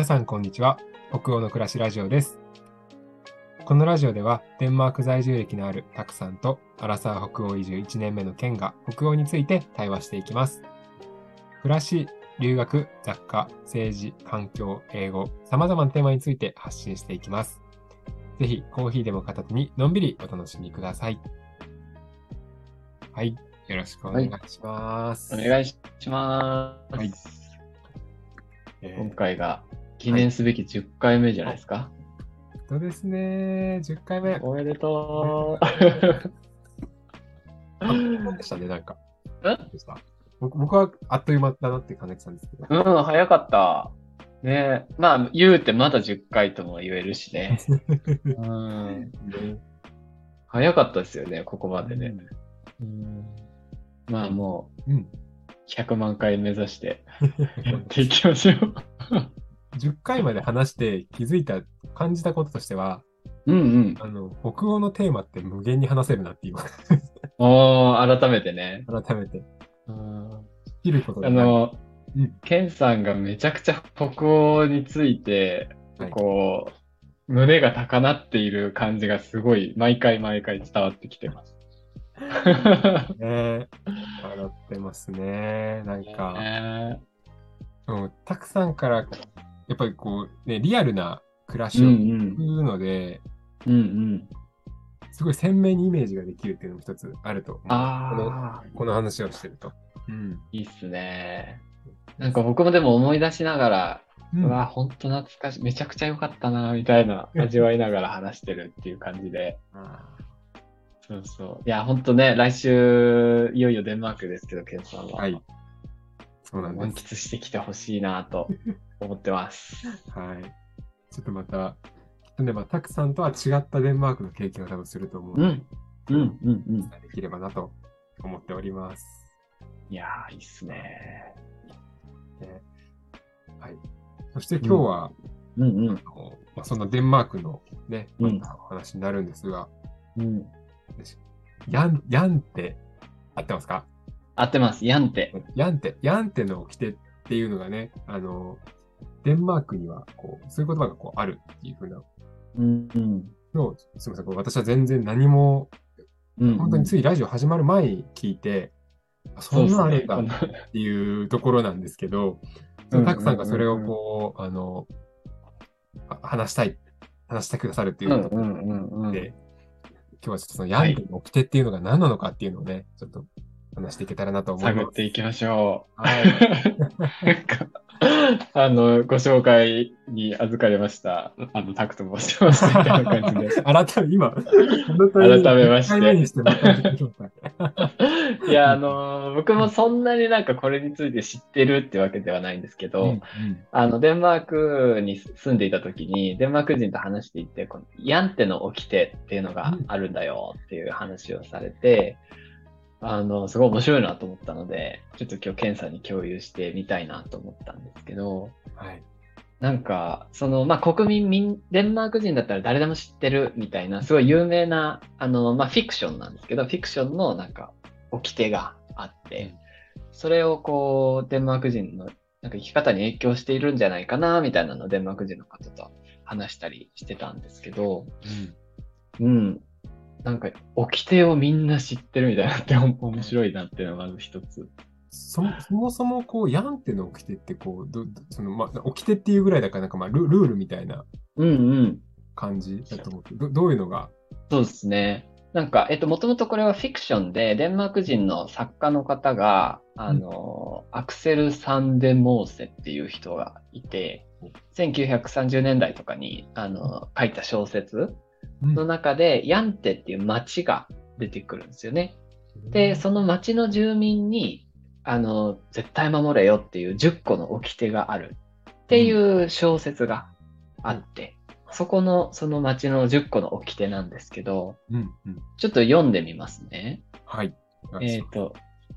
さんこんにちは。北欧の暮らしラジオです。このラジオではデンマーク在住歴のあるタクさんとアラサー北欧移住1年目のケンが北欧について対話していきます。暮らし、留学、雑貨、政治、環境、英語、様々なテーマについて発信していきます。ぜひコーヒーでも片手にのんびりお楽しみください。はい。よろしくお願いします。 お願いします。はい。今回が記念すべき10回目じゃないですか。 そうですね。10回目。 おめでとう。 あっという間でしたね、なんか。僕はあっという間だなって感じたんですけど。 早かった。ね、まあ、言うてまだ10回とも言えるしね。早かったですよね、ここまでね。まあもう、100万回目指してやっていきましょう。 10回まで話して感じたこととしては、北欧のテーマって無限に話せるなっていう。 改めてね。 改めて。切ることでケンさんがめちゃくちゃ北欧について、こう、胸が高鳴っている感じがすごい、毎回伝わってきてます。 笑ってますね。なんか、たくさんから、やっぱりこう、ね、リアルな暮らしを聞くので、すごい鮮明にイメージができるっていうのも一つあると思う。この話をしてると。 いいっすね。なんか僕もでも思い出しながら、うわ、ほんと懐かしい。めちゃくちゃ良かったな、みたいな味わいながら話してるっていう感じで。そうそう。いや、ほんとね、来週、いよいよデンマークですけど、ケンさんは。はい。そうなんです。満喫してきてほしいなと思ってます。 はい。ちょっとまた、タクさんとは違ったデンマークの経験を多分すると思うので、伝えできればなと思っております。 いやー、いいっすね。 はい。そして今日は、そんなデンマークのね、お話になるんですが、ヤンテ、合ってますか？ 合ってます、ヤンテ。 ヤンテの掟っていうのがね、デンマークにはそういう言葉があるっていうふうなの、すみません、私は全然何も、本当についラジオ始まる前に聞いて、そんなあるんだっていうところなんですけど、たくさんがそれを話してくださるっていうところで、今日はちょっとそのヤンテの掟っていうのが何なのかっていうのをね、ちょっと話していけたらなと思います。 探っていきましょう。はい。ご紹介に預かりました。タクと申しますみたいな感じで。 改めまして。いや、僕もそんなになんかこれについて知ってるってわけではないんですけど、デンマークに住んでいた時に、デンマーク人と話していて、このヤンテの掟っていうのがあるんだよっていう話をされて、すごい面白いなと思ったので、ちょっと今日ケンさんに共有してみたいなと思ったんですけど、なんか、国民、デンマーク人だったら誰でも知ってるみたいな、すごい有名な、フィクションなんですけど、フィクションのなんか、掟があって、それをデンマーク人のなんか生き方に影響しているんじゃないかな、みたいなのをデンマーク人の方と話したりしてたんですけど、なんか、掟をみんな知ってるみたいなって面白いなっていうのがまず一つ。 そもそもヤンテの掟って掟っていうぐらいだからルールみたいな感じだと思って、どういうのが？ そうですね。なんか、もともとこれはフィクションで、デンマーク人の作家の方が、アクセル・サンデモーセっていう人がいて、1930年代とかに、書いた小説の中で、ヤンテっていう町が出てくるんですよね。で、その町の住民に、絶対守れよっていう10個の掟があるっていう小説があって、その町の10個の掟なんですけど、ちょっと読んでみますね。 はい。 1、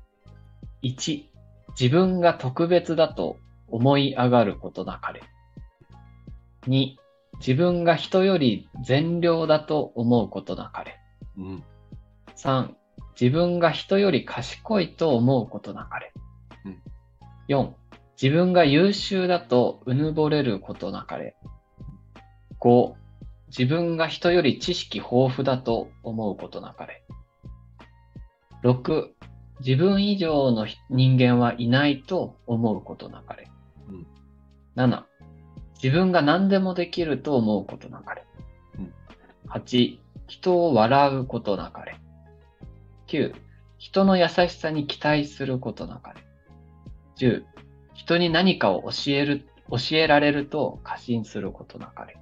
自分が特別だと思い上がることなかれ。2、自分が人より善良だと思うことなかれ。3、自分が人より賢いと思うことなかれ。4、 自分が優秀だとうぬぼれることなかれ。5、自分が人より知識豊富だと思うことなかれ。6、自分以上の人間はいないと思うことなかれ。 うん。 7、自分が何でもできると思うことなかれ。 うん。 8、人を笑うことなかれ。9、人の優しさに期待することなかれ。10、人に何かを教えられると過信することなかれ。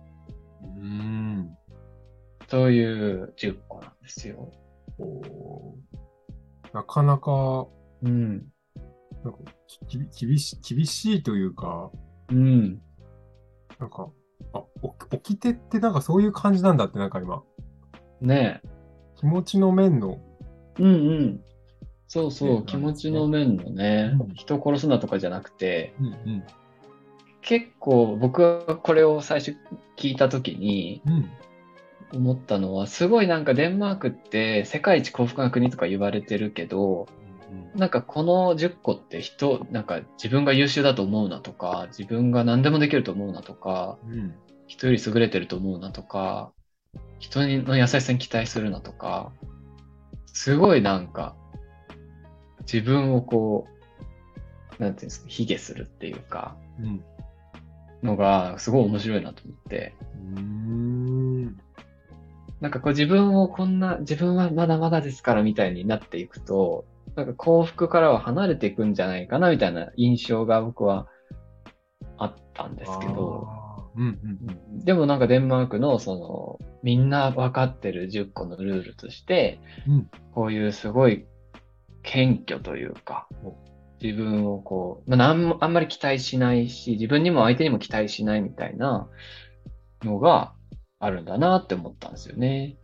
そういう10個なんですよ。 なかなか、 うん。 なんか厳しいというか、 うん。 なんか、起きてってなんかそういう感じなんだってなんか今、 ね気持ちの面のえ。うんうん。そうそう、気なんで持ちのすね。 面のね、 うん。 人を殺すなとかじゃなくて、 うん。 結構僕はこれを最初聞いたときにうん。 思ったのは、すごいなんかデンマークって世界一幸福な国とか言われてるけど、 うん。 なんかこの10個ってなんか自分が優秀だと思うなとか、自分が何でもできると思うなとか、 うん。 人より優れてると思うなとか、人の優しさに期待するなとか、すごいなんか自分をこう、なんていうんですか、卑下するっていうか、 うん。 のがすごい面白いなと思って、 うん。 なんかこう自分はまだまだですからみたいになっていくと、なんか幸福からは離れていくんじゃないかなみたいな印象が僕はあったんですけど、 ああ。うん。うん。 でもなんかデンマークのみんな分かってる10個のルールとして、 うん。 こういうすごい謙虚というか、自分をあんまり期待しないし、自分にも相手にも期待しないみたいなのがあるんだなって思ったんですよね。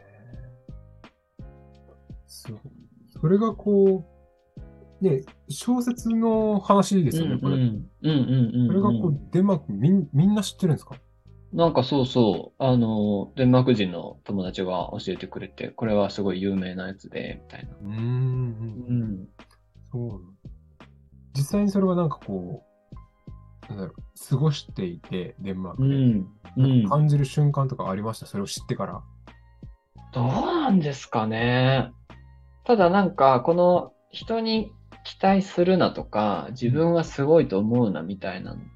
そう。それがこう、ね、小説の話でうんすよね、これ。 うん。うんうんそれがこう、 うんうん。 デンマークみんな知ってるんですか？ なんかそうそう、デンマーク人の友達が教えてくれて、これはすごい有名なやつで、みたいな。うん。 そうなん。実際にそれはなんかこう、なんだろう、過ごしていて、デンマークで。 うん。うなんかん。 感じる瞬間とかありました？それを知ってから。 どうなんですかね。ただなんか、この人に期待するなとか、自うん。 分はすごいと思うなみたいなのって、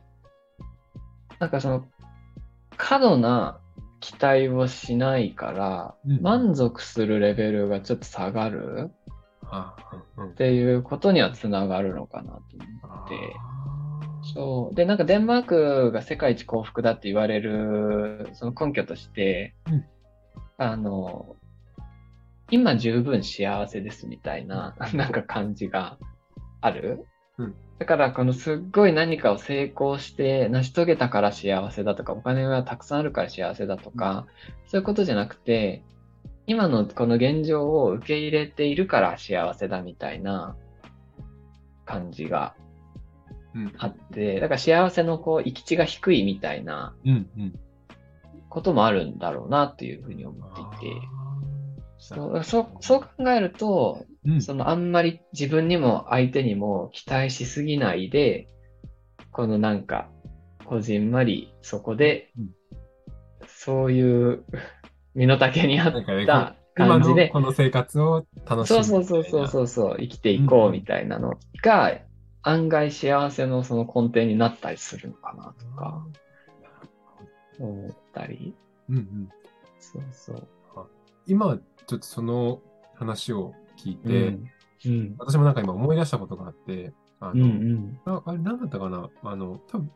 なんか過度な期待をしないから、 うん。 満足するレベルがちょっと下がるああ、うん。 っていうことにはつながるのかなと思って。 あそう。で、なんかデンマークが世界一幸福だって言われる、その根拠として、 あ。うん。 あの、今十分幸せですみたいうん。 な、なんか感じがある。 うん。 だから、このすっごい何かを成功して成し遂げたから幸せだとか、お金がたくさんあるから幸せだとうん。 か、そういうことじゃなくて、今のこの現状を受け入れているから幸せだみたいな感じがうん。 あって、だから幸せの行き地が低いみたいなうん。うん。 こともあるんだろうなっていうふうに思っていあて、 あ。なるそう考えると、 うん。 あんまり自分にも相手にも期待しすぎないで、このなんか、こじんまりそこで、 うん。 そういう身の丈に合っなんかね、 た今感じで、 のこの生活を楽しそうむみそうそうそうたいな。 そう、生きてうん。 いこうみたいなのが、案外幸せのその根底になったりするのかなとか思ったり。 うん。うん。 そうそう。 あ、今、ちょっとその話を聞いて、 うん。うん。 私もなんか今思い出したことがあって、 うんうん。 あれ何だったかな、多分、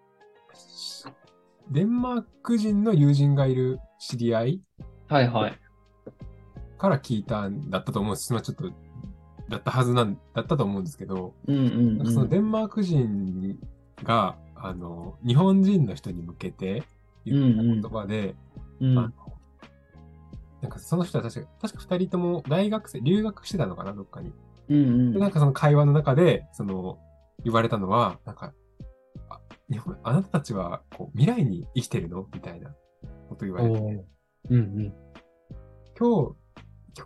デンマーク人の友人がいる知り合いはいはい。 から聞いたんだったと思うんです。まあちょっと、だったと思うんですけど、 うんうんなんかそのうん。 デンマーク人が、日本人の人に向けて言うんったうん。 言葉で、あの、 うん。 なんかその人は確か二人とも大学生、留学してたのかな、どっかに。で、なうんうん。 んかその会話の中で、言われたのは、なんか、あ、あなたたちは、こう、未来に生きてるのみたいなこと言われて、 おー。うんうん。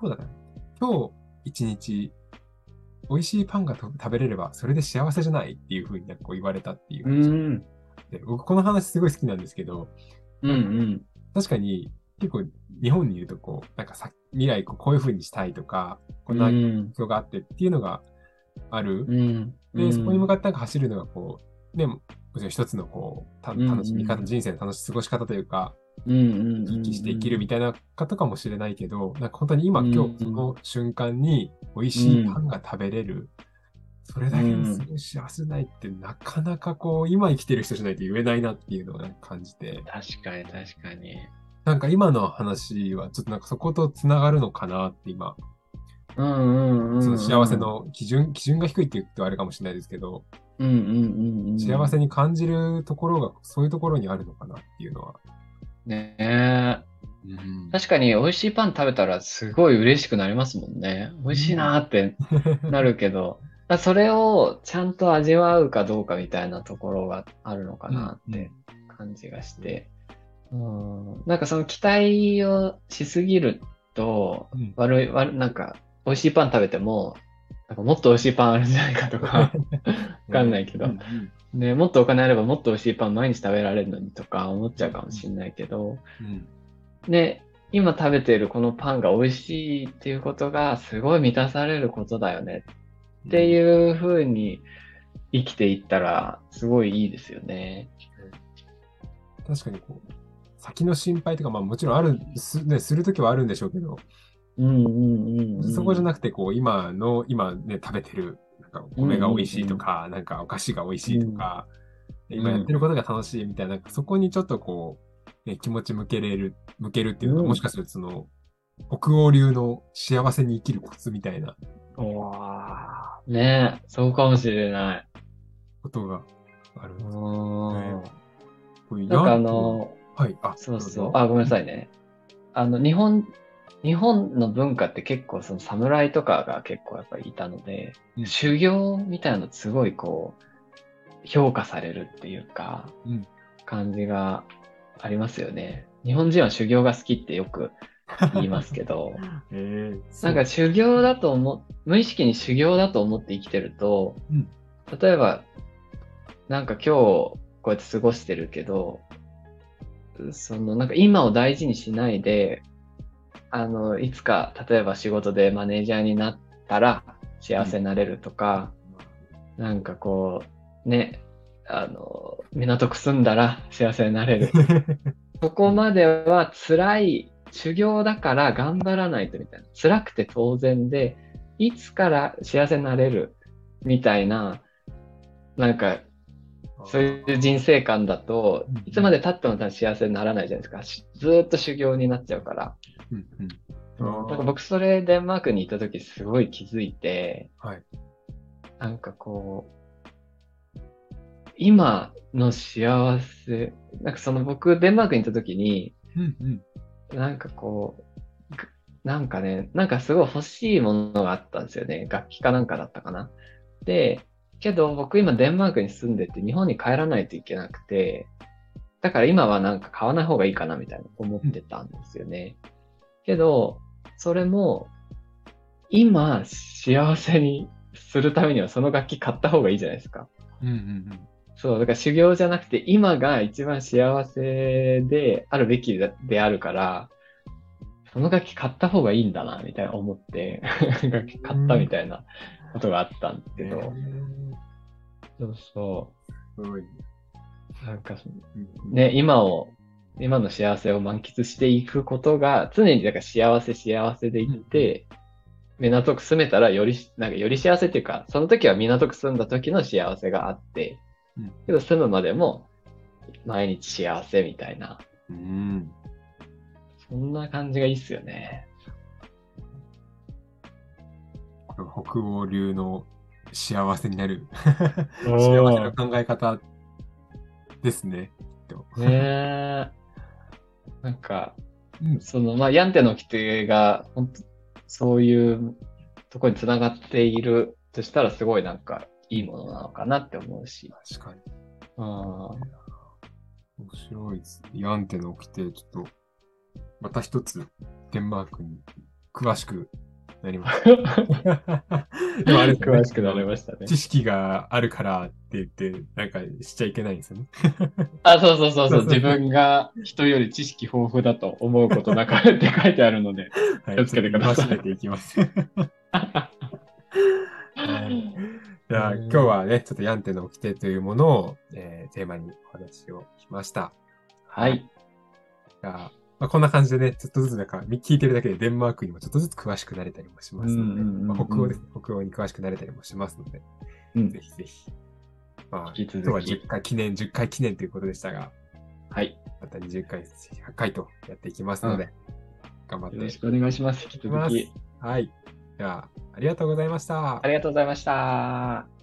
今日、今日だな。今日一日、 美味しいパンが食べれれば、それで幸せじゃないっていうふうになんかこう言われたっていうう話ん。 で、僕この話すごい好きなんですけど、 うんなんかうん。 確かに結構日本にいるとこう、なんか未来こういうふうにしたいとか、こうんな目ん。 標があってっていうのがある。 うん。うで、そこに向ん。 かってなんか走るのがこう、ね、もちろん一つのこう、 うん。 楽しみ方、 うん。 人生の過ごし方というか、 うん。 生き生きして生きるみたいな方かもしれないけど、なんか本当にう今、今日そん。 の瞬間に美味うしいパん。 ンが食べれる。それうだけですん。 ごい幸せないってなかなかこう、今生きてる人じゃないと言えないなっていうのをなんか感じて、 確かに、確かに。 なんか今の話はちょっとなんかそことつながるのかなって今、 うんうその幸せんうんうん。 の基準が低いって言うとあれかもしれないですけど、 うんうんうん幸せに感じるところがそういうところにあるのかなっていうのは。 うん。ねえ。 うん。 確かに美味しいパン食べたらすごい嬉しくなりますもんね。美味しいうん。 なーってなるけど、それをちゃんと味わうかどうかみたいなところがあるのかうん。うん。 なって感じがして。うん、なんかその期待をしすぎると、 うん。 なんか美味しいパン食べても、なんかもっと美味しいパンあるんじゃないかとか、わかんないけうん。うど、 ん。 ね、もっとお金あればもっと美味しいパン毎日食べられるのにとか思っちゃうかもしれないけど、 うん。 ね、今食べているこのパンが美味しいっていうことがすごい満たされることだよねってうん。 いう風に生きていったらすごいいいですよね。 確かにこう、先の心配とか、まあもちろんある、ね、するときはあるんでしょうけど、 うんうんうんそこじゃなくて、こう、今ね、食べてる、なんかおうん。うん米が美味しうんいとか、なんかお菓子が美味しいとうん。 か、 うん。 今やってることが楽しいみたいな、なんかそこにちょっとこう、ね、気持ち向けるっていうのが、 うん。 もしかするとその、北欧流の幸せに生きるコツみたいなおー、ねえ、そうかもしれない。 ことがあるんうですね。 ーん。 こういうなんかヤンっていうのは、はい、 そうそう。 どうぞ。 ごめんなさいね。日本の文化って結構その侍とかが結構やっぱりいたので、 うん、 修行みたいなのすごいこう、評価されるっていうか、 うん、 感じがありますよね。日本人は修行が好きってよく言いますけど、なんかそう。 修行だと無意識に修行だと思って生きてると、 うん、 例えば、なんか今日こうやって過ごしてるけど、なんか今を大事にしないで、いつか、例えば仕事でマネージャーになったら幸うん。 せになれるとか、なんかね、港区住んだら幸せになれる。そこまでは辛い修行だから頑張らないとみたいな。辛くて当然で、いつから幸せになれるみたいな、なんかそういう人生観だとうん、 いつまで経っても多分幸せにならないじゃないですか。ずーっと修行になっちゃうから。 うん、うん。 そう。だからあ僕それデンマークに行った時すごい気づいて、 あ、はい。 なんか今の幸せ、なんか僕デンマークに行った時に、 うん、うん。 なんかなんかね、なんかすごい欲しいものがあったんですよね。楽器かなんかだったかな。で、けど僕今デンマークに住んでて日本に帰らないといけなくて、だから今はなんか買わない方がいいかなみたいな思っうん、 てたんですよね。けど、それも今幸せにするためにはその楽器買った方がいいじゃないですか。 うん、うん。 そう、だから修行じゃなくて今が一番幸せであるべきであるから、その楽器買った方がいいんだな、みたいな思って楽器買ったうん。 みたいなことがあったんですけど、 ええ、 そうそすごい。 う。なんか、 うん、うん。 ね、今の幸せを満喫していくことが、常にだから幸せでいっうん、うん。 て、港区住めたらなんかより幸せっていうか、その時は港区住んだ時の幸せがあって、 うん、 けど住むまでも毎日幸せみたいな、 うん。 そんな感じがいいっすよね。 これが北欧流の幸せになるお幸せのー。 考え方ですね。きっと。 ねえ。なんか、 うん。 まあ、ヤンテの掟が、本当そういうところにつながっているとしたら、すごいなんか、 うん。 いいものなのかなって思うし。 確かに。 うん。 面白いですね。ヤンテの起きて、ちょっと、また一つ、デンマークに詳しくなります。でもあれですね、 詳しくなりましたね。 知識があるからって言って、なんかしちゃいけないんですよね。 あ、そうそうそうそう。 そうそう。 自分が人より知識豊富だと思うことなくって書いてあるので、 はい、 気をつちょっと戒けてください。 めていきます。はい。じゃあ、今日はね、ちょっとヤンテの掟というものを、テーマにお話をしました。はい。 はい。 じゃあ、こんな感じでね、ちょっとずつなんか聞いてるだけでデンマークにもちょっとずつ詳しくなれたりもしうんうますので、北欧ですんね。北欧に詳しくなれたりもしますので、 うんうん。 ぜひぜひ。まあ、 引き今日は続き。 10回記念、10回記念ということでしたが、 はい。 また20回、100回とやっていきますうん。 ので、頑張っていよろしくお願いします。引ききます。 続き。 はい。では、ありがとうございました。 ありがとうございました。